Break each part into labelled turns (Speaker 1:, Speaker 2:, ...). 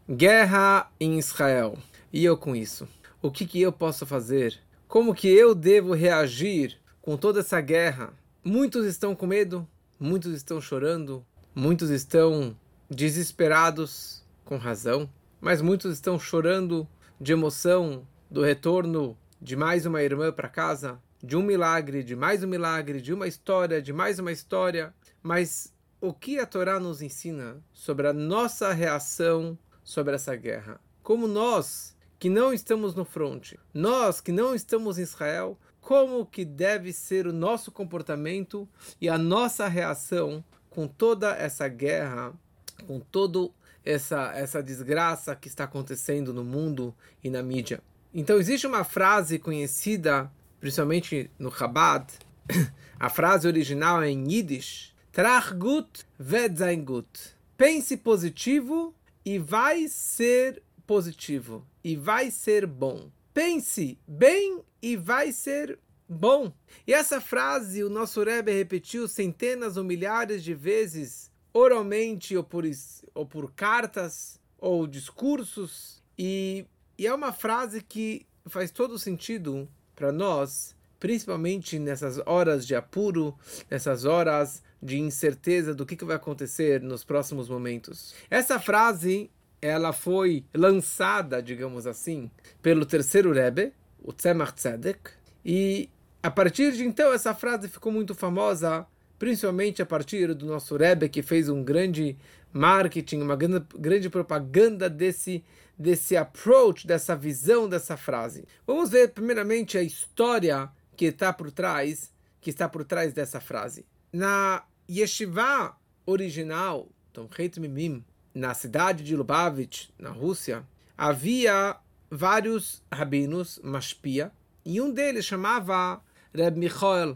Speaker 1: Guerra em Israel. E eu com isso? O que eu posso fazer? Como que eu devo reagir com toda essa guerra? Muitos estão com medo, muitos estão chorando, muitos estão desesperados, com razão, mas muitos estão chorando de emoção do retorno de mais uma irmã para casa, de um milagre, de mais um milagre, de uma história, de mais uma história. Mas o que a Torá nos ensina sobre a nossa reação sobre essa guerra? Como nós, que não estamos no fronte, nós que não estamos em Israel, como que deve ser o nosso comportamento e a nossa reação com toda essa guerra, com toda essa desgraça que está acontecendo no mundo e na mídia. Então existe uma frase conhecida, principalmente no Chabad, a frase original é em Yiddish, Trach gut wird sein gut. Pense positivo e vai ser positivo, e vai ser bom. Pense bem e vai ser bom. E essa frase o nosso Rebbe repetiu centenas ou milhares de vezes, oralmente ou por cartas ou discursos. E é uma frase que faz todo sentido para nós, principalmente nessas horas de apuro, nessas horas de incerteza do que vai acontecer nos próximos momentos. Essa frase, ela foi lançada, digamos assim, pelo terceiro Rebbe, o Tzemach Tzedek, e a partir de então essa frase ficou muito famosa, principalmente a partir do nosso Rebbe, que fez um grande marketing, uma grande propaganda desse approach, dessa visão dessa frase. Vamos ver primeiramente a história que está por trás dessa frase. Na Yeshiva original, Tom Heit Mimim, na cidade de Lubavitch, na Rússia, havia vários rabinos, mashpia, e um deles chamava Reb Michael.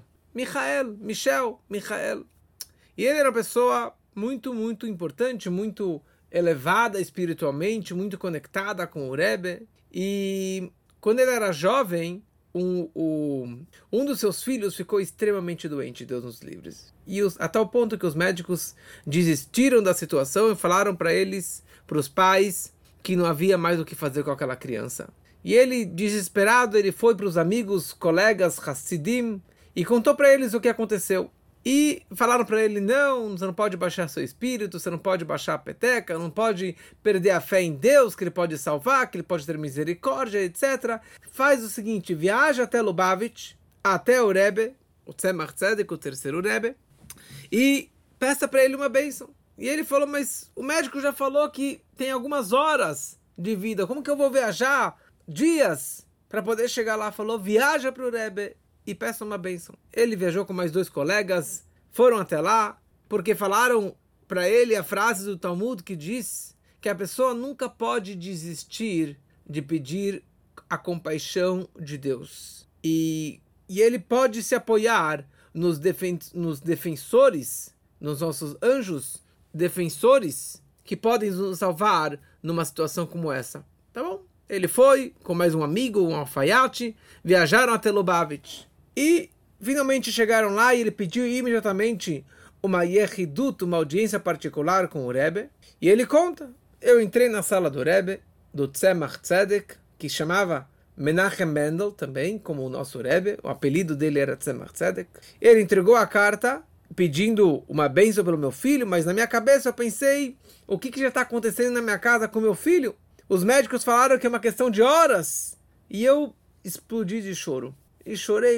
Speaker 1: E ele era uma pessoa muito, muito importante, muito elevada espiritualmente, muito conectada com o Rebbe. E quando ele era jovem, um dos seus filhos ficou extremamente doente, Deus nos livre. E a tal ponto que os médicos desistiram da situação e falaram para os pais, que não havia mais o que fazer com aquela criança. E ele, desesperado, ele foi para os amigos, colegas, Hassidim, e contou para eles o que aconteceu. E falaram para ele, não, você não pode baixar seu espírito, você não pode baixar a peteca, não pode perder a fé em Deus, que Ele pode salvar, que Ele pode ter misericórdia, etc. Faz o seguinte, viaja até Lubavitch, até o Rebbe, o Tzemach Tzedek, o terceiro Rebbe, e peça para ele uma bênção. E ele falou, mas o médico já falou que tem algumas horas de vida, como que eu vou viajar dias para poder chegar lá? Falou, viaja para o Rebbe e peça uma bênção. Ele viajou com mais 2 colegas, foram até lá, porque falaram para ele a frase do Talmud que diz que a pessoa nunca pode desistir de pedir a compaixão de Deus. E ele pode se apoiar nos defensores, nos nossos anjos defensores, que podem nos salvar numa situação como essa. Tá bom? Ele foi com mais um amigo, um alfaiate, viajaram até Lubavitch. E finalmente chegaram lá e ele pediu imediatamente uma yechidut, uma audiência particular com o Rebbe. E ele conta, eu entrei na sala do Rebbe, do Tzemach Tzedek, que chamava Menachem Mendel também, como o nosso Rebbe, o apelido dele era Tzemach Tzedek. Ele entregou a carta pedindo uma bênção pelo meu filho, mas na minha cabeça eu pensei, o que já está acontecendo na minha casa com meu filho? Os médicos falaram que é uma questão de horas. E eu explodi de choro. E chorei.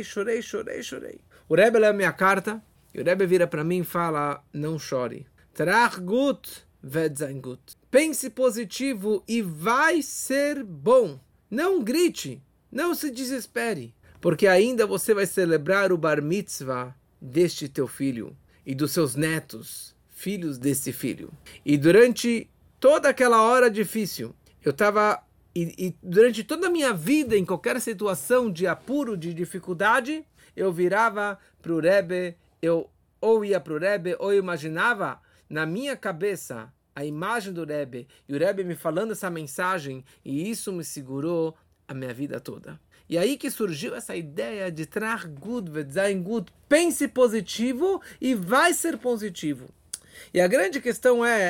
Speaker 1: O Rebbe lê a minha carta, e o Rebbe vira para mim e fala, não chore. Trach gut wird sein gut. Pense positivo e vai ser bom. Não grite, não se desespere, porque ainda você vai celebrar o bar mitzvah deste teu filho e dos seus netos, filhos desse filho. E durante toda aquela hora difícil, eu estava... E durante toda a minha vida, em qualquer situação de apuro, de dificuldade, eu virava para o Rebbe, eu ou ia para o Rebbe, ou eu imaginava na minha cabeça a imagem do Rebbe, e o Rebbe me falando essa mensagem, e isso me segurou a minha vida toda. E aí que surgiu essa ideia de Trach gut wird sein gut, pense positivo e vai ser positivo. E a grande questão é,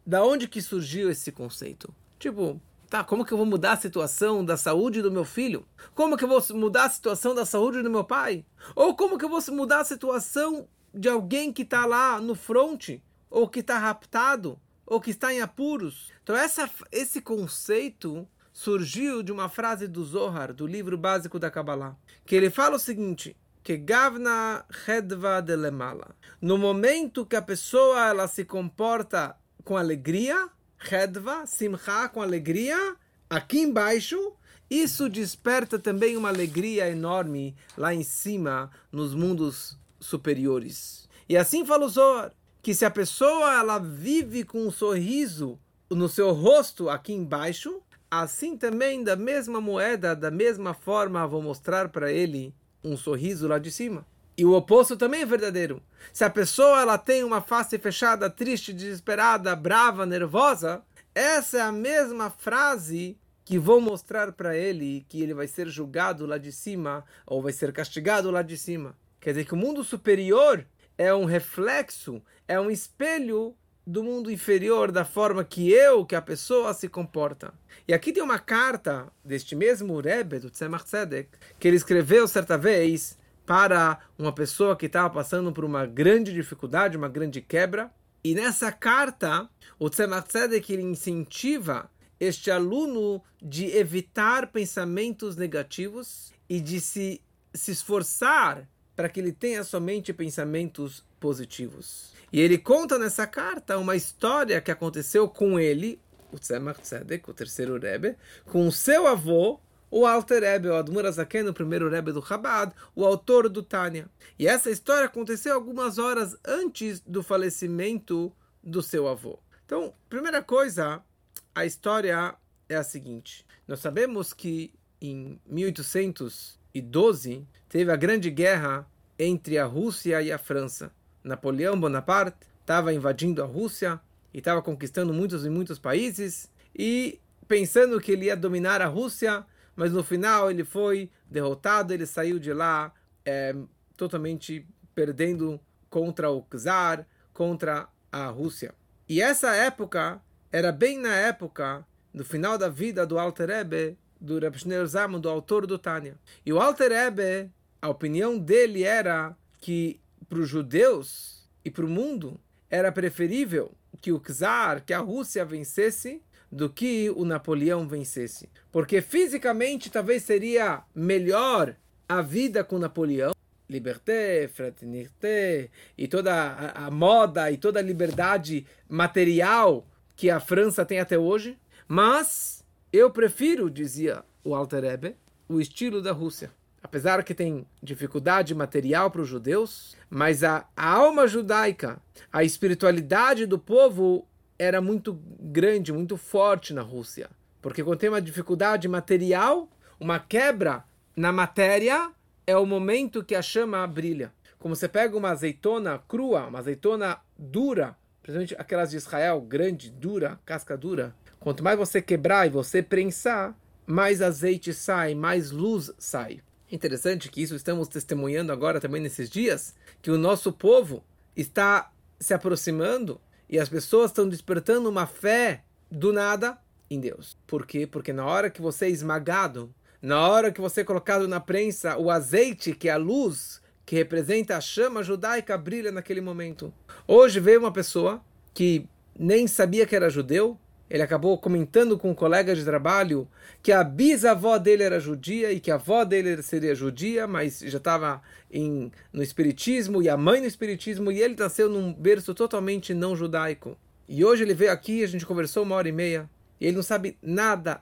Speaker 1: da onde que surgiu esse conceito? Tipo, tá, como que eu vou mudar a situação da saúde do meu filho? Como que eu vou mudar a situação da saúde do meu pai? Ou como que eu vou mudar a situação de alguém que está lá no fronte? Ou que está raptado? Ou que está em apuros? Então esse conceito surgiu de uma frase do Zohar, do livro básico da Kabbalah, que ele fala o seguinte, que Gavna Hedva de Lemala. No momento que a pessoa ela se comporta com alegria, Hedva, Simcha, com alegria, aqui embaixo, isso desperta também uma alegria enorme lá em cima, nos mundos superiores. E assim fala o Zohar, que se a pessoa ela vive com um sorriso no seu rosto aqui embaixo, assim também, da mesma moeda, da mesma forma, vou mostrar para ele um sorriso lá de cima. E o oposto também é verdadeiro. Se a pessoa ela tem uma face fechada, triste, desesperada, brava, nervosa, essa é a mesma frase que vou mostrar para ele que ele vai ser julgado lá de cima ou vai ser castigado lá de cima. Quer dizer que o mundo superior é um reflexo, é um espelho do mundo inferior, da forma que a pessoa se comporta. E aqui tem uma carta deste mesmo Rebbe, do Tzemach Tzedek, que ele escreveu certa vez para uma pessoa que estava passando por uma grande dificuldade, uma grande quebra. E nessa carta, o Tzemach Tzedek ele incentiva este aluno de evitar pensamentos negativos e de se esforçar para que ele tenha somente pensamentos positivos. E ele conta nessa carta uma história que aconteceu com ele, o Tzemach Tzedek, o terceiro Rebbe, com o seu avô, o Alter Rebbe, o Admor HaZaken, o primeiro Rebbe do Chabad, o autor do Tânia. E essa história aconteceu algumas horas antes do falecimento do seu avô. Então, primeira coisa, a história é a seguinte. Nós sabemos que em 1812 teve a grande guerra entre a Rússia e a França. Napoleão Bonaparte estava invadindo a Rússia e estava conquistando muitos e muitos países e pensando que ele ia dominar a Rússia, mas no final ele foi derrotado, ele saiu de lá totalmente perdendo contra o czar, contra a Rússia. E essa época era bem na época do final da vida do Alter Rebbe, do Reb Shneur Zalman, do autor do Tânia. E o Alter Rebbe, a opinião dele era que para os judeus e para o mundo era preferível que o czar, que a Rússia vencesse, do que o Napoleão vencesse. Porque fisicamente talvez seria melhor a vida com Napoleão, liberté, fraternité, e toda a moda e toda a liberdade material que a França tem até hoje. Mas eu prefiro, dizia o Alter Rebbe, o estilo da Rússia. Apesar que tem dificuldade material para os judeus, mas a alma judaica, a espiritualidade do povo era muito grande, muito forte na Rússia. Porque quando tem uma dificuldade material, uma quebra na matéria, é o momento que a chama brilha. Como você pega uma azeitona crua, uma azeitona dura, principalmente aquelas de Israel, grande, dura, casca dura, quanto mais você quebrar e você prensar, mais azeite sai, mais luz sai. Interessante que isso estamos testemunhando agora também nesses dias, que o nosso povo está se aproximando e as pessoas estão despertando uma fé do nada em Deus. Por quê? Porque na hora que você é esmagado, na hora que você é colocado na prensa, o azeite, que é a luz, que representa a chama judaica, brilha naquele momento. Hoje veio uma pessoa que nem sabia que era judeu, ele acabou comentando com um colega de trabalho que a bisavó dele era judia e que a avó dele seria judia, mas já estava no espiritismo e a mãe no espiritismo, e ele nasceu num berço totalmente não judaico. E hoje ele veio aqui, a gente conversou 1h30, e ele não sabe nada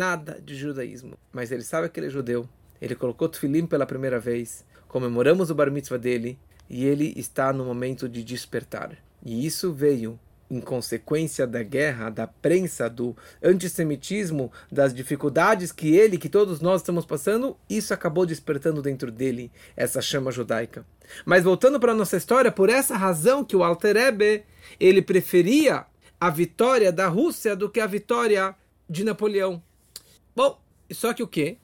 Speaker 1: de judaísmo, mas ele sabe que ele é judeu. Ele colocou tefilim pela primeira vez, comemoramos o bar mitzvah dele, e ele está no momento de despertar. E isso veio em consequência da guerra, da prensa, do antissemitismo, das dificuldades que todos nós estamos passando, isso acabou despertando dentro dele essa chama judaica. Mas voltando para a nossa história, por essa razão que o Alter Rebbe, ele preferia a vitória da Rússia do que a vitória de Napoleão. Bom, só que o quê?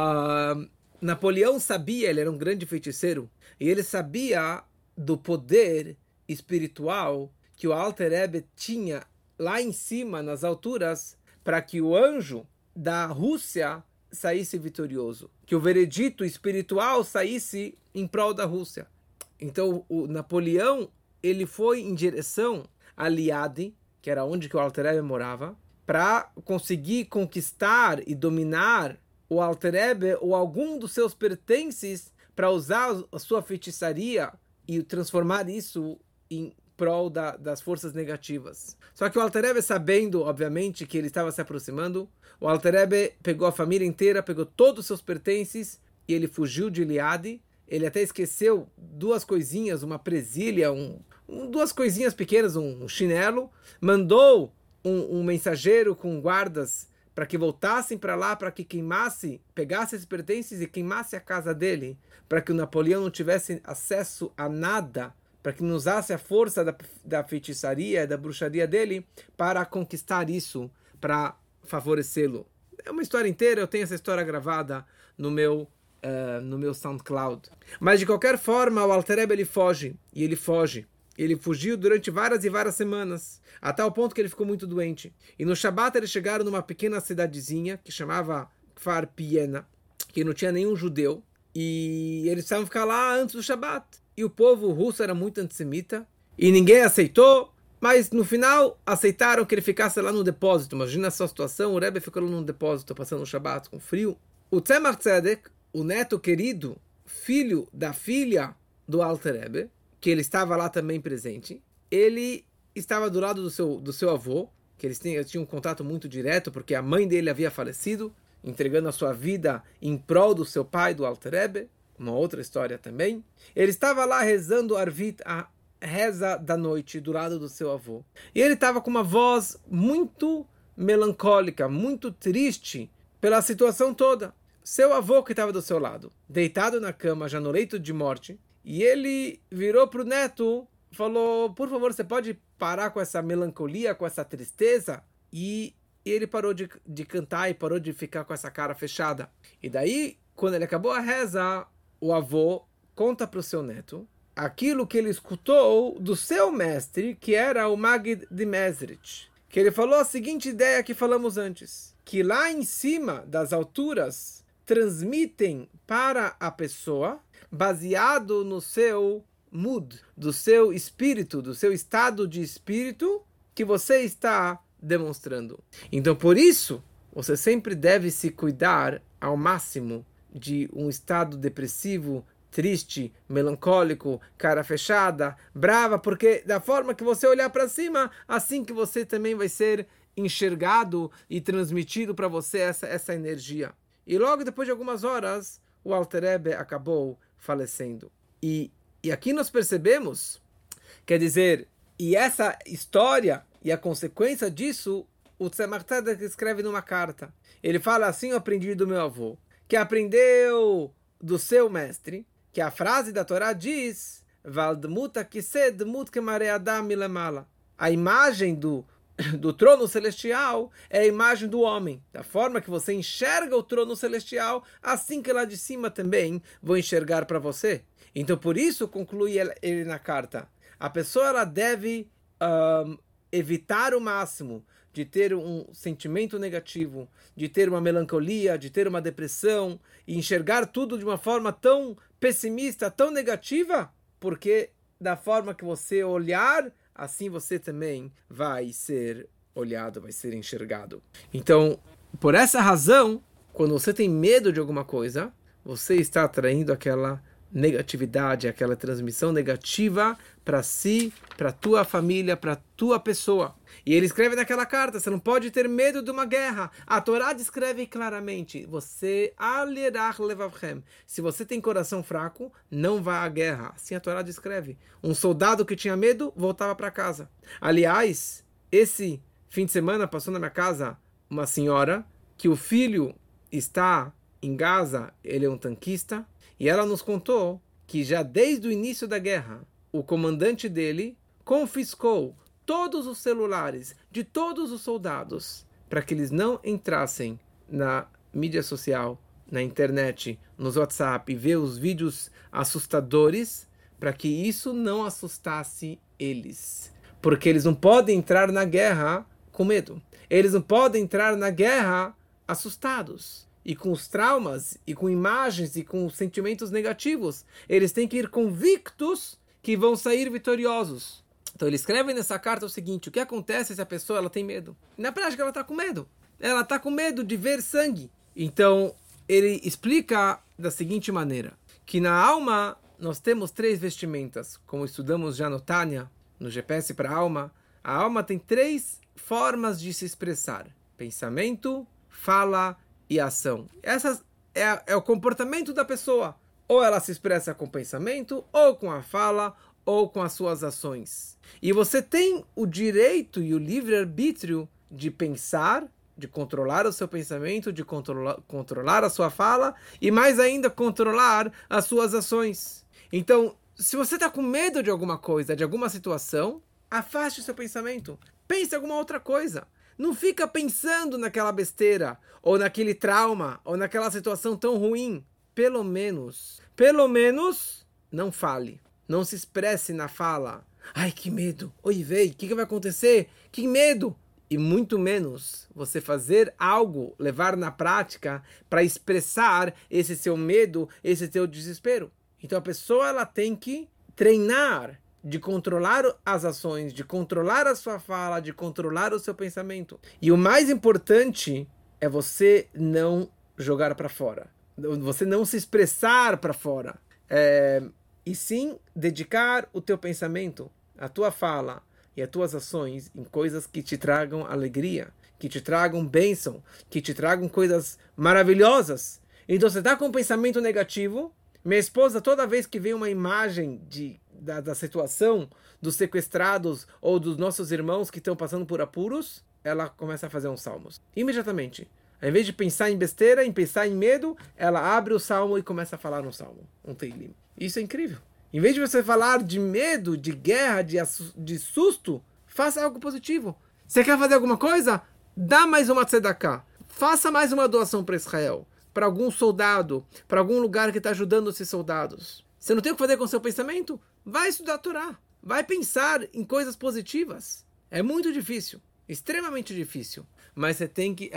Speaker 1: Napoleão sabia, ele era um grande feiticeiro, e ele sabia do poder espiritual que o Alter Rebbe tinha lá em cima, nas alturas, para que o anjo da Rússia saísse vitorioso, que o veredito espiritual saísse em prol da Rússia. Então o Napoleão, ele foi em direção a Liadi, que era onde que o Alter Rebbe morava, para conseguir conquistar e dominar o Alter Rebbe ou algum dos seus pertences para usar a sua feitiçaria e transformar isso em prol das forças negativas. Só que o Alter Rebbe, sabendo, obviamente, que ele estava se aproximando, o Alter Rebbe pegou a família inteira, pegou todos os seus pertences e ele fugiu de Liadi. Ele até esqueceu duas coisinhas, uma presilha, duas coisinhas pequenas, um chinelo, mandou um mensageiro com guardas para que voltassem para lá, para que pegasse esses pertences e queimasse a casa dele, para que o Napoleão não tivesse acesso a nada, para que não usasse a força da feitiçaria, da bruxaria dele, para conquistar isso, para favorecê-lo. É uma história inteira, eu tenho essa história gravada no meu SoundCloud. Mas de qualquer forma, o Alter Rebbe ele foge, e ele foge. Ele fugiu durante várias e várias semanas, a tal ponto que ele ficou muito doente. E no Shabat eles chegaram numa pequena cidadezinha que chamava Kfar Piena, que não tinha nenhum judeu, e eles precisavam ficar lá antes do Shabat. E o povo russo era muito antissemita, e ninguém aceitou, mas no final aceitaram que ele ficasse lá no depósito. Imagina essa situação, o Rebbe ficou lá no depósito, passando o Shabat com frio. O Tzemach Tzedek, o neto querido, filho da filha do Alter Rebbe, que ele estava lá também presente, ele estava do lado do seu avô, que eles tinham um contato muito direto, porque a mãe dele havia falecido, entregando a sua vida em prol do seu pai, do Alter Rebbe, uma outra história também. Ele estava lá rezando Arvit, a reza da noite, do lado do seu avô. E ele estava com uma voz muito melancólica, muito triste pela situação toda. Seu avô que estava do seu lado, deitado na cama, já no leito de morte, e ele virou para o neto, falou, por favor, você pode parar com essa melancolia, com essa tristeza? E ele parou de cantar e parou de ficar com essa cara fechada. E daí, quando ele acabou a reza, o avô conta para o seu neto aquilo que ele escutou do seu mestre, que era o Magid de Mezrich. Que ele falou a seguinte ideia que falamos antes, que lá em cima das alturas transmitem para a pessoa, baseado no seu mood, do seu espírito, do seu estado de espírito que você está demonstrando. Então, por isso, você sempre deve se cuidar ao máximo de um estado depressivo, triste, melancólico, cara fechada, brava, porque da forma que você olhar para cima, assim que você também vai ser enxergado e transmitido para você essa energia. E logo depois de algumas horas, o Alter Rebbe acabou falecendo. E aqui nós percebemos, quer dizer, e essa história e a consequência disso, o Tzemach Tzedek escreve numa carta. Ele fala assim, eu aprendi do meu avô, que aprendeu do seu mestre, que a frase da Torá diz, a imagem do trono celestial é a imagem do homem. Da forma que você enxerga o trono celestial, assim que lá de cima também vou enxergar para você. Então, por isso, conclui ele na carta, a pessoa ela deve evitar o máximo de ter um sentimento negativo, de ter uma melancolia, de ter uma depressão, e enxergar tudo de uma forma tão pessimista, tão negativa, porque da forma que você olhar, assim você também vai ser olhado, vai ser enxergado. Então, por essa razão, quando você tem medo de alguma coisa, você está atraindo aquela negatividade, aquela transmissão negativa para si, para tua família, para tua pessoa. E ele escreve naquela carta, você não pode ter medo de uma guerra. A Torá descreve claramente, se você tem coração fraco, não vá à guerra. Assim a Torá descreve. Um soldado que tinha medo, voltava para casa. Aliás, esse fim de semana passou na minha casa uma senhora que o filho está em Gaza, ele é um tanquista, e ela nos contou que já desde o início da guerra, o comandante dele confiscou todos os celulares de todos os soldados para que eles não entrassem na mídia social, na internet, nos WhatsApp e ver os vídeos assustadores, para que isso não assustasse eles. Porque eles não podem entrar na guerra com medo. Eles não podem entrar na guerra assustados. E com os traumas, e com imagens, e com sentimentos negativos. Eles têm que ir convictos que vão sair vitoriosos. Então ele escreve nessa carta o seguinte: o que acontece se a pessoa ela tem medo? Na prática ela está com medo. Ela está com medo de ver sangue. Então ele explica da seguinte maneira: que na alma nós temos 3 vestimentas. Como estudamos já no Tânia, no GPS para a alma tem 3 formas de se expressar: pensamento, fala e ação. Essa é o comportamento da pessoa. Ou ela se expressa com o pensamento, ou com a fala, ou com as suas ações. E você tem o direito e o livre-arbítrio de pensar, de controlar o seu pensamento, de controlar a sua fala e mais ainda controlar as suas ações. Então, se você está com medo de alguma coisa, de alguma situação, afaste o seu pensamento. Pense em alguma outra coisa. Não fica pensando naquela besteira, ou naquele trauma, ou naquela situação tão ruim. Pelo menos, não fale. Não se expresse na fala. Ai, que medo. Oi, véi, o que vai acontecer? Que medo. E muito menos você fazer algo, levar na prática para expressar esse seu medo, esse seu desespero. Então a pessoa ela tem que treinar de controlar as ações, de controlar a sua fala, de controlar o seu pensamento. E o mais importante é você não jogar para fora. Você não se expressar para fora. E sim dedicar o teu pensamento, a tua fala e as tuas ações em coisas que te tragam alegria, que te tragam bênção, que te tragam coisas maravilhosas. Então você está com um pensamento negativo. Minha esposa, toda vez que vê uma imagem da situação dos sequestrados ou dos nossos irmãos que estão passando por apuros, ela começa a fazer uns salmos. Imediatamente. Ao invés de pensar em besteira, em pensar em medo, ela abre o salmo e começa a falar um salmo, um teilim. Isso é incrível. Em vez de você falar de medo, de guerra, de susto, faça algo positivo. Você quer fazer alguma coisa? Dá mais uma tzedakah. Faça mais uma doação para Israel, para algum soldado, para algum lugar que está ajudando esses soldados. Você não tem o que fazer com o seu pensamento? Vai estudar a Torá. Vai pensar em coisas positivas. É muito difícil. Extremamente difícil. Mas você tem que... É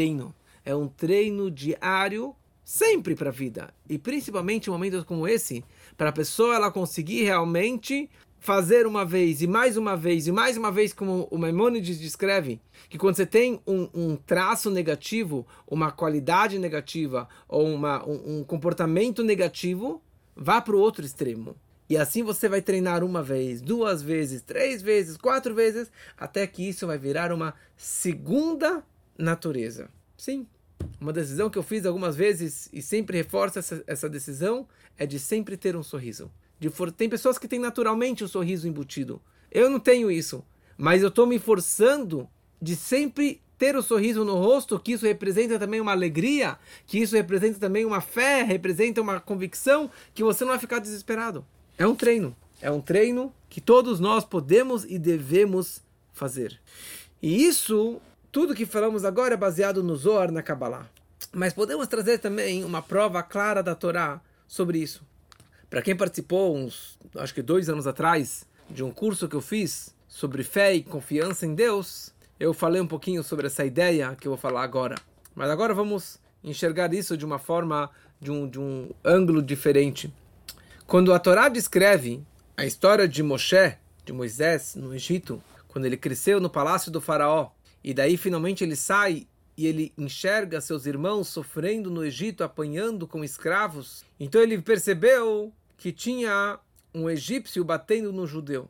Speaker 1: um treino diário, sempre para a vida. E principalmente em momentos como esse, para a pessoa ela conseguir realmente fazer uma vez, e mais uma vez, e mais uma vez, como o Maimônides descreve, que quando você tem um traço negativo, uma qualidade negativa, ou um comportamento negativo, vá para o outro extremo. E assim você vai treinar 1 vez, 2 vezes, 3 vezes, 4 vezes, até que isso vai virar uma segunda natureza. Sim, uma decisão que eu fiz algumas vezes e sempre reforço essa decisão é de sempre ter um sorriso. Tem pessoas que têm naturalmente um sorriso embutido. Eu não tenho isso, mas eu estou me forçando de sempre ter o sorriso no rosto, que isso representa também uma alegria, que isso representa também uma fé, representa uma convicção, que você não vai ficar desesperado. É um treino que todos nós podemos e devemos fazer. E isso, tudo que falamos agora é baseado no Zohar, na Kabbalah. Mas podemos trazer também uma prova clara da Torá sobre isso. Para quem participou, acho que 2 anos atrás, de um curso que eu fiz sobre fé e confiança em Deus, eu falei um pouquinho sobre essa ideia que eu vou falar agora. Mas agora vamos enxergar isso de uma forma, de um ângulo diferente. Quando a Torá descreve a história de Moshe, de Moisés, no Egito, quando ele cresceu no palácio do faraó, e daí finalmente ele sai e ele enxerga seus irmãos sofrendo no Egito, apanhando como escravos, então ele percebeu que tinha um egípcio batendo no judeu.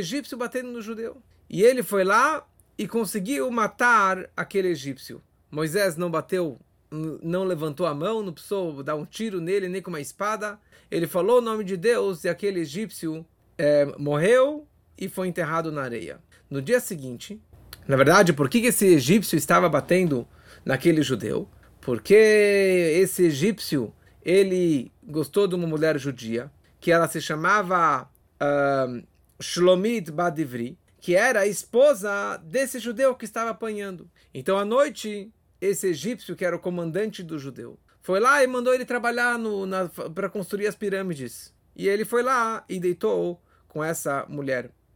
Speaker 1: E ele foi lá e conseguiu matar aquele egípcio. Moisés não bateu, não levantou a mão, não precisou dar um tiro nele, nem com uma espada. Ele falou o nome de Deus e aquele egípcio morreu e foi enterrado na areia. No dia seguinte, na verdade, por que esse egípcio estava batendo naquele judeu? Porque esse egípcio, ele gostou de uma mulher judia, que ela se chamava Shlomit Bat Ivri, que era a esposa desse judeu que estava apanhando. Então, à noite, esse egípcio, que era o comandante do judeu, foi lá e mandou ele trabalhar para construir as pirâmides. E ele foi lá e deitou com essa mulher.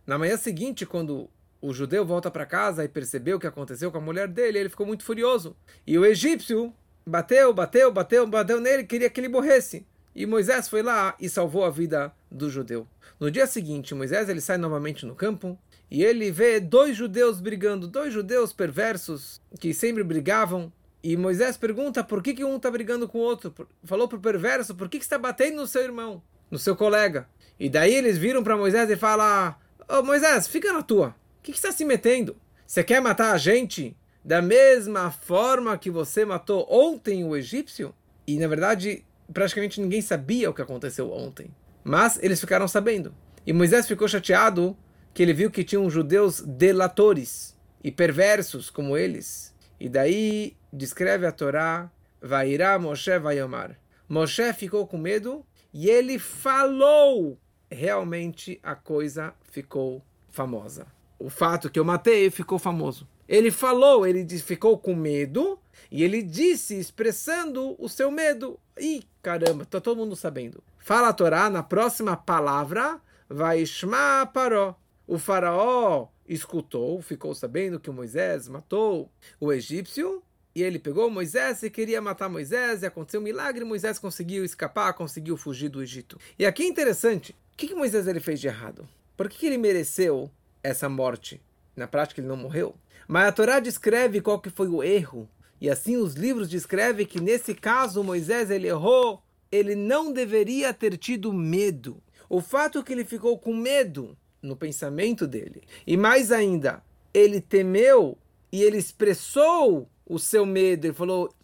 Speaker 1: Na manhã seguinte, quando o judeu volta para casa e percebeu o que aconteceu com a mulher dele, ele ficou muito furioso. E o egípcio bateu nele, queria que ele morresse. E Moisés foi lá e salvou a vida do judeu. No dia seguinte, Moisés ele sai novamente no campo e ele vê 2 judeus brigando, 2 judeus perversos que sempre brigavam. E Moisés pergunta por que um está brigando com o outro. Falou para o perverso, por que está batendo no seu irmão, no seu colega? E daí eles viram para Moisés e falam, Moisés, fica na tua. O que está se metendo? Você quer matar a gente da mesma forma que você matou ontem o egípcio? E na verdade, praticamente ninguém sabia o que aconteceu ontem. Mas eles ficaram sabendo. E Moisés ficou chateado que ele viu que tinham judeus delatores e perversos como eles. E daí descreve a Torá, Vairá Moshe Vayomar. Moshe ficou com medo e ele falou. Realmente a coisa ficou famosa. O fato que eu matei ficou famoso. Ele falou, ele ficou com medo e ele disse, expressando o seu medo. Ih, caramba, tá todo mundo sabendo. Fala a Torá, na próxima palavra, Vaishma Paró. O faraó escutou, ficou sabendo que o Moisés matou o egípcio e ele pegou Moisés e queria matar Moisés e aconteceu um milagre, Moisés conseguiu escapar, conseguiu fugir do Egito. E aqui é interessante, o que Moisés ele fez de errado? Por que ele mereceu essa morte? Na prática ele não morreu. Mas a Torá descreve qual que foi o erro. E assim os livros descrevem que nesse caso Moisés ele errou. Ele não deveria ter tido medo. O fato que ele ficou com medo no pensamento dele. E mais ainda, ele temeu e ele expressou o seu medo. Ele falou,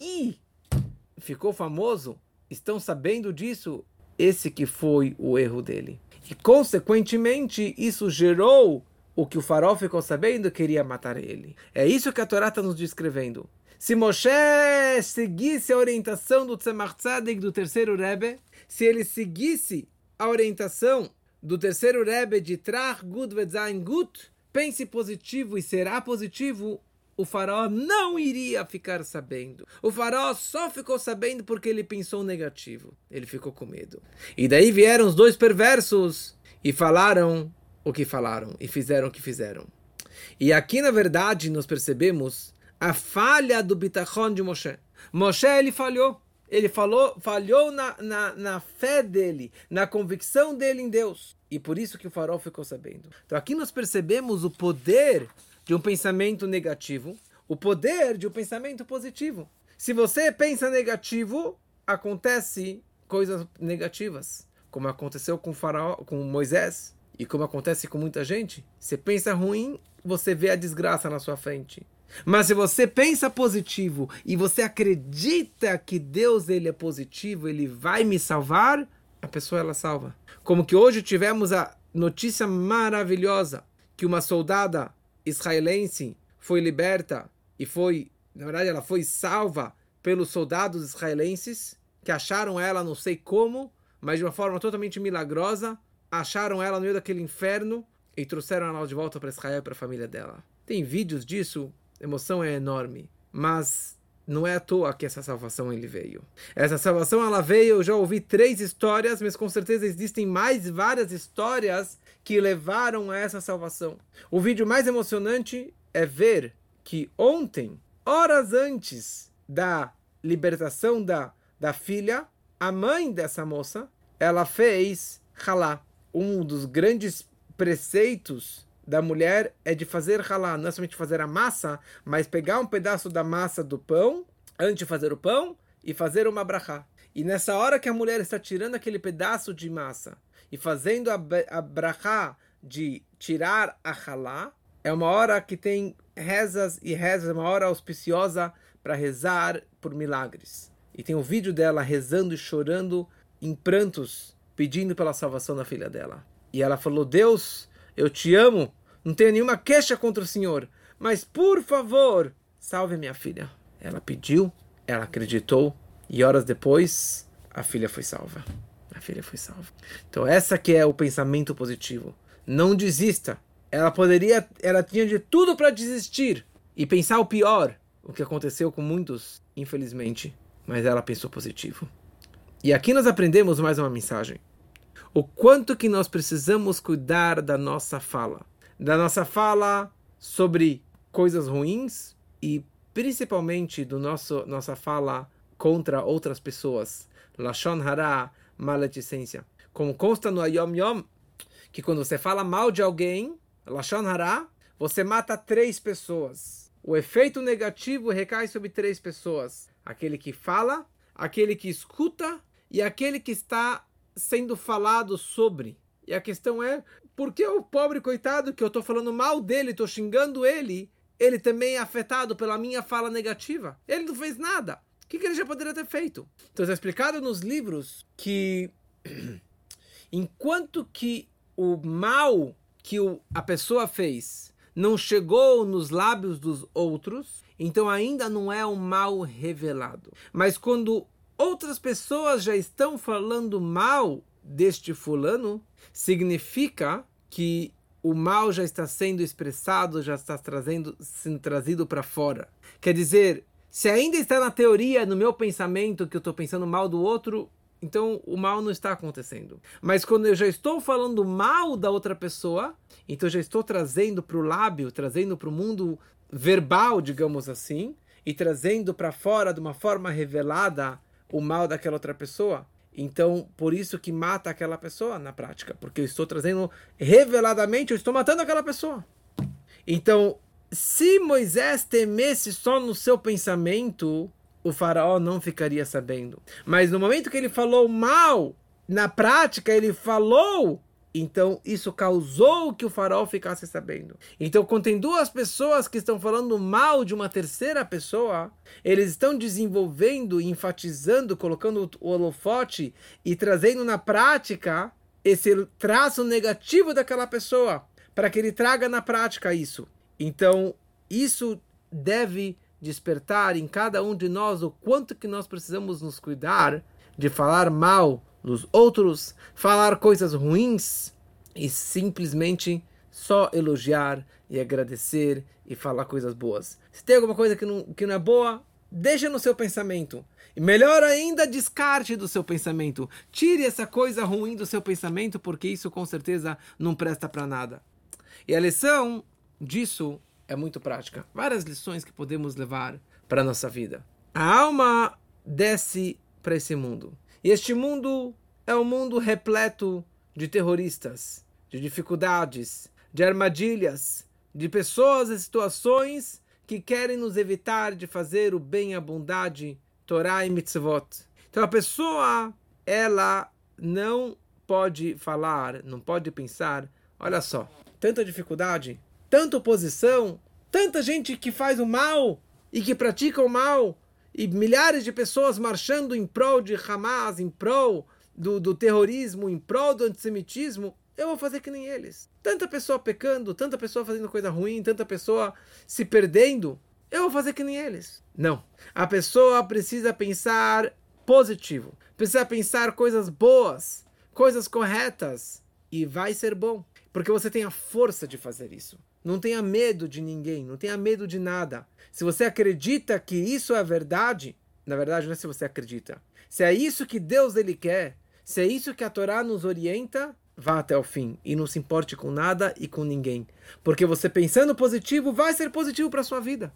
Speaker 1: ficou famoso. Estão sabendo disso? Esse que foi o erro dele. E consequentemente isso gerou o que o faraó ficou sabendo, queria matar ele. É isso que a Torá está nos descrevendo. Se Moshe seguisse a orientação do Tzemach Tzedek, do terceiro Rebbe, se ele seguisse a orientação do terceiro Rebbe de Trach Gut Vetzain Gut, pense positivo e será positivo, o faraó não iria ficar sabendo. O faraó só ficou sabendo porque ele pensou negativo. Ele ficou com medo. E daí vieram os 2 perversos e falaram o que falaram e fizeram o que fizeram. E aqui, na verdade, nós percebemos a falha do bitachon de Moshe. Moshe, ele falhou. Ele falhou na fé dele, na convicção dele em Deus. E por isso que o faraó ficou sabendo. Então aqui nós percebemos o poder de um pensamento negativo, o poder de um pensamento positivo. Se você pensa negativo, acontece coisas negativas, como aconteceu com o faraó, com Moisés. E como acontece com muita gente, você pensa ruim, você vê a desgraça na sua frente. Mas se você pensa positivo e você acredita que Deus ele é positivo, ele vai me salvar, a pessoa ela salva. Como que hoje tivemos a notícia maravilhosa que uma soldada israelense foi liberta e foi, na verdade ela foi salva pelos soldados israelenses que acharam ela, não sei como, mas de uma forma totalmente milagrosa, acharam ela no meio daquele inferno e trouxeram ela de volta para Israel e para a família dela. Tem vídeos disso, a emoção é enorme. Mas não é à toa que essa salvação ele veio. Essa salvação ela veio, eu já ouvi 3 histórias, mas com certeza existem mais várias histórias que levaram a essa salvação. O vídeo mais emocionante é ver que ontem, horas antes da libertação da filha, a mãe dessa moça, ela fez halá. Um dos grandes preceitos da mulher é de fazer halá, não é somente fazer a massa, mas pegar um pedaço da massa do pão, antes de fazer o pão, e fazer uma brachá. E nessa hora que a mulher está tirando aquele pedaço de massa e fazendo a brachá de tirar a halá, é uma hora que tem rezas e rezas, é uma hora auspiciosa para rezar por milagres. E tem um vídeo dela rezando e chorando em prantos, pedindo pela salvação da filha dela. E ela falou, Deus, eu te amo, não tenho nenhuma queixa contra o Senhor, mas por favor, salve minha filha. Ela pediu, ela acreditou, e horas depois, a filha foi salva. A filha foi salva. Então essa que é o pensamento positivo. Não desista. Ela tinha de tudo para desistir e pensar o pior, o que aconteceu com muitos, infelizmente, mas ela pensou positivo. E aqui nós aprendemos mais uma mensagem. o quanto que nós precisamos cuidar da nossa fala. Da nossa fala sobre coisas ruins e principalmente nossa fala contra outras pessoas. Lashon hara, maledicência. Como consta no Yom Yom, que quando você fala mal de alguém, Lashon hara, você mata 3 pessoas. O efeito negativo recai sobre 3 pessoas. Aquele que fala, aquele que escuta e aquele que está sendo falado sobre. E a questão é, por que o pobre coitado que eu estou falando mal dele, estou xingando ele também é afetado pela minha fala negativa? Ele não fez nada. O que ele já poderia ter feito? Então está explicado nos livros que enquanto que o mal que a pessoa fez não chegou nos lábios dos outros, então ainda não é um mal revelado. Mas quando outras pessoas já estão falando mal deste fulano, significa que o mal já está sendo expressado, já está sendo trazido para fora. Quer dizer, se ainda está na teoria, no meu pensamento, que eu estou pensando mal do outro, então o mal não está acontecendo. Mas quando eu já estou falando mal da outra pessoa, então eu já estou trazendo para o lábio, trazendo para o mundo verbal, digamos assim, e trazendo para fora de uma forma revelada o mal daquela outra pessoa. Então, por isso que mata aquela pessoa na prática, porque eu estou trazendo reveladamente, eu estou matando aquela pessoa. Então, se Moisés temesse só no seu pensamento, o faraó não ficaria sabendo. Mas no momento que ele falou mal, na prática ele falou, então isso causou que o faraó ficasse sabendo. Então, quando tem 2 pessoas que estão falando mal de uma terceira pessoa, eles estão desenvolvendo, enfatizando, colocando o holofote e trazendo na prática esse traço negativo daquela pessoa, para que ele traga na prática isso. Então, isso deve despertar em cada um de nós o quanto que nós precisamos nos cuidar de falar mal dos outros, falar coisas ruins e simplesmente só elogiar e agradecer e falar coisas boas. Se tem alguma coisa que não é boa, deixa no seu pensamento. E melhor ainda, descarte do seu pensamento. Tire essa coisa ruim do seu pensamento, porque isso com certeza não presta para nada. E a lição disso é muito prática. Várias lições que podemos levar para a nossa vida. A alma desce para esse mundo. E este mundo é um mundo repleto de terroristas, de dificuldades, de armadilhas, de pessoas e situações que querem nos evitar de fazer o bem, a bondade, Torá e mitzvot. Então a pessoa, ela não pode falar, não pode pensar, olha só, tanta dificuldade, tanta oposição, tanta gente que faz o mal e que pratica o mal, e milhares de pessoas marchando em prol de Hamas, em prol do terrorismo, em prol do antissemitismo, eu vou fazer que nem eles. Tanta pessoa pecando, tanta pessoa fazendo coisa ruim, tanta pessoa se perdendo, eu vou fazer que nem eles. Não. A pessoa precisa pensar positivo, precisa pensar coisas boas, coisas corretas, e vai ser bom. Porque você tem a força de fazer isso. Não tenha medo de ninguém, não tenha medo de nada. Se você acredita que isso é verdade, na verdade não é se você acredita. Se é isso que Deus ele quer, se é isso que a Torá nos orienta, vá até o fim e não se importe com nada e com ninguém. Porque você pensando positivo, vai ser positivo para a sua vida.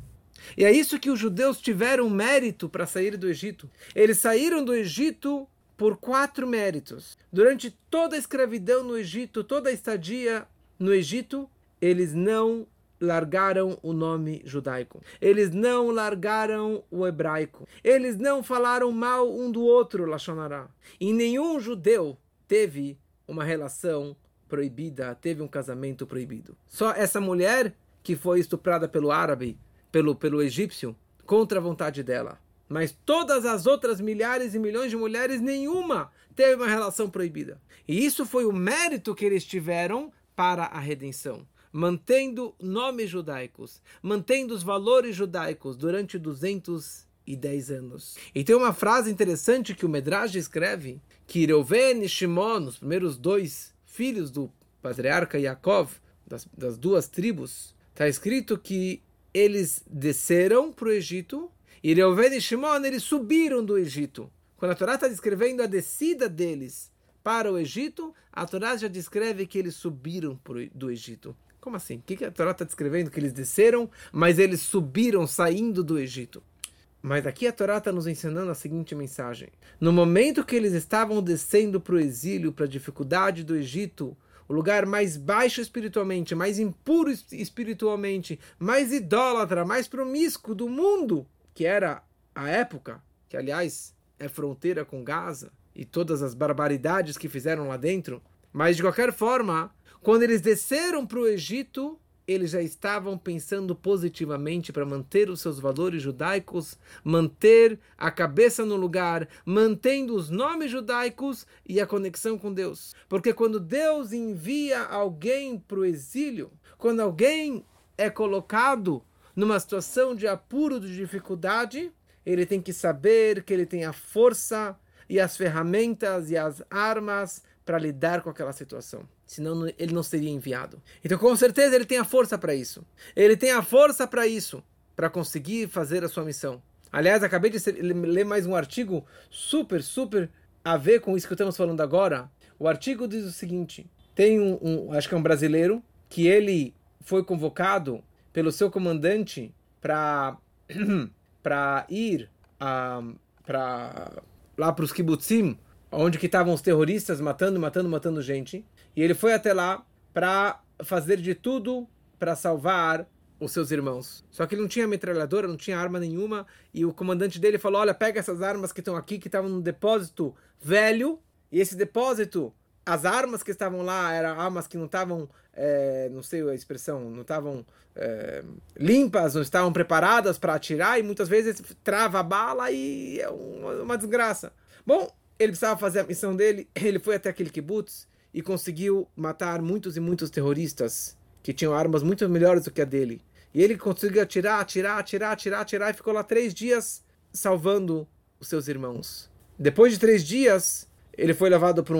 Speaker 1: E é isso que os judeus tiveram mérito para sair do Egito. Eles saíram do Egito por 4 méritos. Durante toda a escravidão no Egito, toda a estadia no Egito, eles não largaram o nome judaico. Eles não largaram o hebraico. Eles não falaram mal um do outro, Lashon hara. E nenhum judeu teve uma relação proibida, teve um casamento proibido. Só essa mulher que foi estuprada pelo árabe, pelo egípcio, contra a vontade dela. Mas todas as outras milhares e milhões de mulheres, nenhuma teve uma relação proibida. E isso foi o mérito que eles tiveram para a redenção. Mantendo nomes judaicos, mantendo os valores judaicos durante 210 anos. E tem uma frase interessante que o Medrash escreve, que Reuven e Shimon, os primeiros 2 filhos do patriarca Yaakov, das 2 tribos, está escrito que eles desceram para o Egito, e Reuven e Shimon, eles subiram do Egito. Quando a Torá está descrevendo a descida deles para o Egito, a Torá já descreve que eles subiram do Egito. Como assim? O que a Torá está descrevendo? Que eles desceram, mas eles subiram saindo do Egito. Mas aqui a Torá está nos ensinando a seguinte mensagem. No momento que eles estavam descendo para o exílio, para a dificuldade do Egito, o lugar mais baixo espiritualmente, mais impuro espiritualmente, mais idólatra, mais promíscuo do mundo, que era a época, que aliás é fronteira com Gaza, e todas as barbaridades que fizeram lá dentro. Mas de qualquer forma, quando eles desceram para o Egito, eles já estavam pensando positivamente para manter os seus valores judaicos, manter a cabeça no lugar, mantendo os nomes judaicos e a conexão com Deus. Porque quando Deus envia alguém para o exílio, quando alguém é colocado numa situação de apuro, de dificuldade, ele tem que saber que ele tem a força e as ferramentas e as armas para lidar com aquela situação. Senão ele não seria enviado. Então, com certeza, ele tem a força para isso. Ele tem a força para isso, para conseguir fazer a sua missão. Aliás, acabei de ler mais um artigo super a ver com isso que estamos falando agora. O artigo diz o seguinte. Tem acho que é um brasileiro, que ele foi convocado pelo seu comandante para ir lá para os kibbutzim, onde que estavam os terroristas matando gente. E ele foi até lá para fazer de tudo para salvar os seus irmãos. Só que ele não tinha metralhadora, não tinha arma nenhuma. E o comandante dele falou, olha, pega essas armas que estão aqui, que estavam num depósito velho. E esse depósito, as armas que estavam lá, eram armas que não estavam, não sei a expressão, não estavam limpas, não estavam preparadas para atirar. E muitas vezes trava a bala e é uma desgraça. Bom, ele precisava fazer a missão dele. Ele foi até aquele kibbutz e conseguiu matar muitos e muitos terroristas que tinham armas muito melhores do que a dele. E ele conseguiu atirar e ficou lá 3 dias salvando os seus irmãos. Depois de 3 dias, ele foi levado para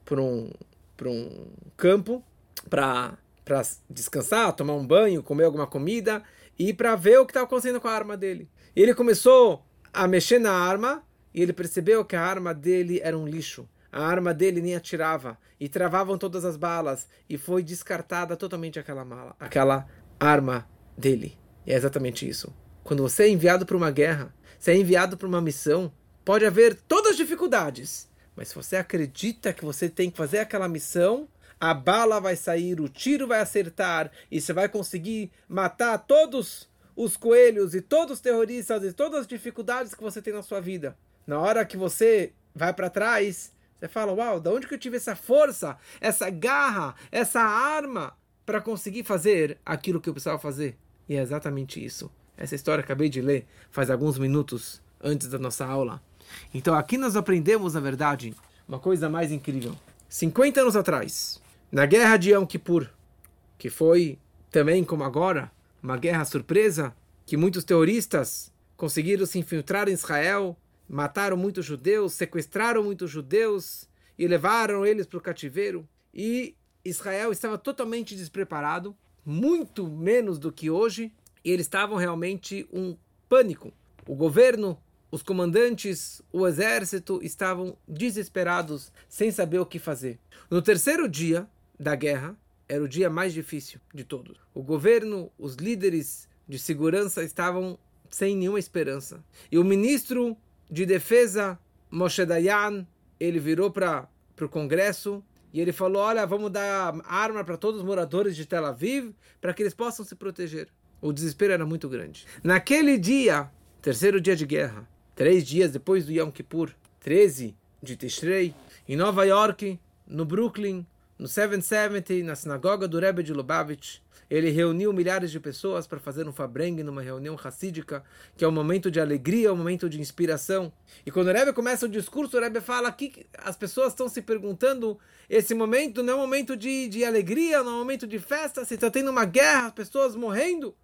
Speaker 1: um campo para descansar, tomar um banho, comer alguma comida e para ver o que estava acontecendo com a arma dele. E ele começou a mexer na arma e ele percebeu que a arma dele era um lixo. A arma dele nem atirava e travavam todas as balas e foi descartada totalmente aquela arma dele. E é exatamente isso. Quando você é enviado para uma guerra, você é enviado para uma missão, pode haver todas as dificuldades, mas se você acredita que você tem que fazer aquela missão, a bala vai sair, o tiro vai acertar e você vai conseguir matar todos os coelhos e todos os terroristas e todas as dificuldades que você tem na sua vida. Na hora que você vai para trás, você fala, uau, da onde que eu tive essa força, essa garra, essa arma para conseguir fazer aquilo que eu precisava fazer? E é exatamente isso. Essa história eu acabei de ler faz alguns minutos antes da nossa aula. Então aqui nós aprendemos, na verdade, uma coisa mais incrível. 50 anos atrás, na guerra de Yom Kippur, que foi também como agora, uma guerra surpresa, que muitos terroristas conseguiram se infiltrar em Israel, mataram muitos judeus, sequestraram muitos judeus e levaram eles para o cativeiro. E Israel estava totalmente despreparado, muito menos do que hoje, e eles estavam realmente um pânico. O governo, os comandantes, o exército estavam desesperados, sem saber o que fazer. No terceiro dia da guerra, era o dia mais difícil de todos. O governo, os líderes de segurança estavam sem nenhuma esperança. E o ministro de defesa, Moshe Dayan, ele virou para o Congresso e ele falou, olha, vamos dar arma para todos os moradores de Tel Aviv para que eles possam se proteger. O desespero era muito grande. Naquele dia, terceiro dia de guerra, 3 dias depois do Yom Kippur, 13 de Tishrei, em Nova York, no Brooklyn, no 770, na sinagoga do Rebbe de Lubavitch, ele reuniu milhares de pessoas para fazer um Fabrengen, numa reunião racídica, que é um momento de alegria, um momento de inspiração. E quando o Rebbe começa o discurso, o Rebbe fala que as pessoas estão se perguntando, esse momento não é um momento de alegria, não é um momento de festa, se está tendo uma guerra, as pessoas morrendo.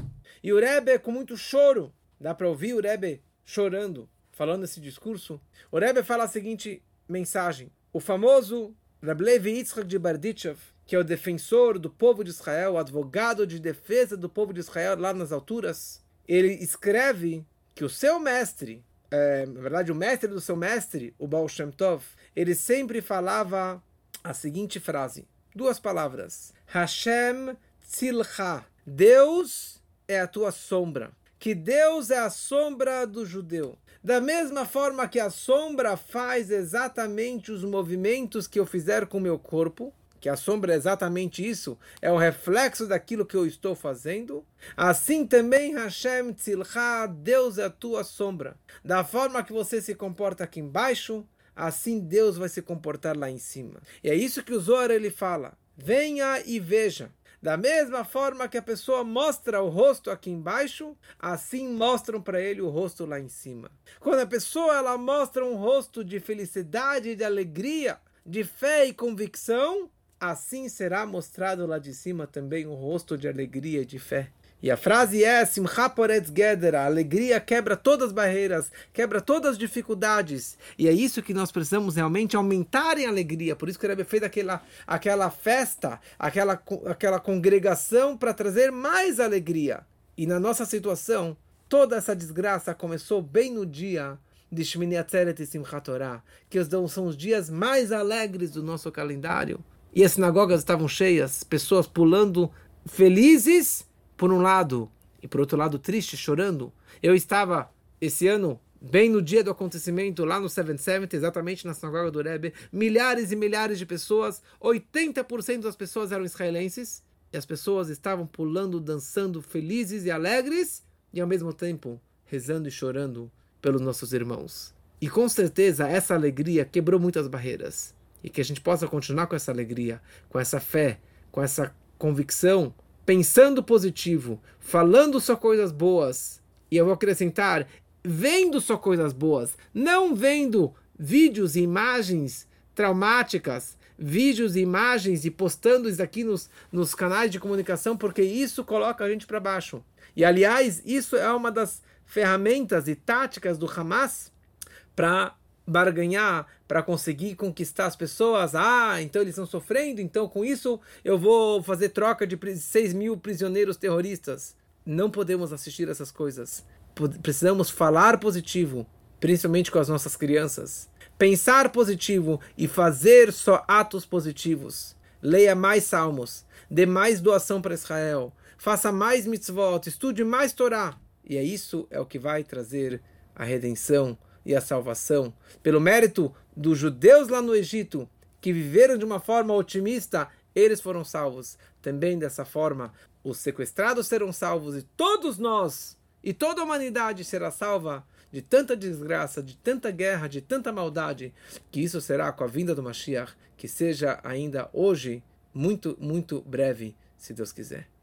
Speaker 1: E o Rebbe, com muito choro, dá para ouvir o Rebbe chorando, falando esse discurso, o Rebbe fala a seguinte mensagem. O famoso Reb Levi Yitzchak de Berditchev, que é o defensor do povo de Israel, o advogado de defesa do povo de Israel lá nas alturas, ele escreve que o seu mestre, na verdade, o mestre do seu mestre, o Baal Shem Tov, ele sempre falava a seguinte frase, 2 palavras, Hashem Tzilcha, Deus é a tua sombra, que Deus é a sombra do judeu. Da mesma forma que a sombra faz exatamente os movimentos que eu fizer com o meu corpo, que a sombra é exatamente isso, é o reflexo daquilo que eu estou fazendo, assim também Hashem Tzilcha, Deus é a tua sombra. Da forma que você se comporta aqui embaixo, assim Deus vai se comportar lá em cima. E é isso que o Zohar ele fala, venha e veja. Da mesma forma que a pessoa mostra o rosto aqui embaixo, assim mostram para ele o rosto lá em cima. Quando a pessoa ela mostra um rosto de felicidade, de alegria, de fé e convicção, assim será mostrado lá de cima também o rosto de alegria e de fé. E a frase é, Simcha poretz geder, a alegria quebra todas as barreiras, quebra todas as dificuldades. E é isso que nós precisamos realmente aumentar em alegria. Por isso que o Rebbe fez aquela festa, aquela congregação para trazer mais alegria. E na nossa situação, toda essa desgraça começou bem no dia de Shmini Atzeret e Simchat Torah, que são os dias mais alegres do nosso calendário. E as sinagogas estavam cheias, pessoas pulando felizes, por um lado, e por outro lado triste, chorando. Eu estava, esse ano, bem no dia do acontecimento, lá no 770, exatamente na sinagoga do Rebbe, milhares e milhares de pessoas, 80% das pessoas eram israelenses, e as pessoas estavam pulando, dançando, felizes e alegres, e ao mesmo tempo, rezando e chorando pelos nossos irmãos. E com certeza, essa alegria quebrou muitas barreiras, e que a gente possa continuar com essa alegria, com essa fé, com essa convicção, pensando positivo, falando só coisas boas, e eu vou acrescentar, vendo só coisas boas, não vendo vídeos e imagens traumáticas, vídeos e imagens e postando isso aqui nos canais de comunicação, porque isso coloca a gente para baixo. E aliás, isso é uma das ferramentas e táticas do Hamas para barganhar, para conseguir conquistar as pessoas. Então eles estão sofrendo, então com isso eu vou fazer troca de 6 mil prisioneiros terroristas. Não podemos assistir essas coisas. Precisamos falar positivo, principalmente com as nossas crianças. Pensar positivo e fazer só atos positivos. Leia mais salmos, dê mais doação para Israel, faça mais mitzvot, estude mais Torá. E isso é o que vai trazer a redenção e a salvação. Pelo mérito dos judeus lá no Egito, que viveram de uma forma otimista, eles foram salvos. Também dessa forma, os sequestrados serão salvos e todos nós, e toda a humanidade será salva de tanta desgraça, de tanta guerra, de tanta maldade, que isso será com a vinda do Mashiach, que seja ainda hoje, muito, muito breve, se Deus quiser.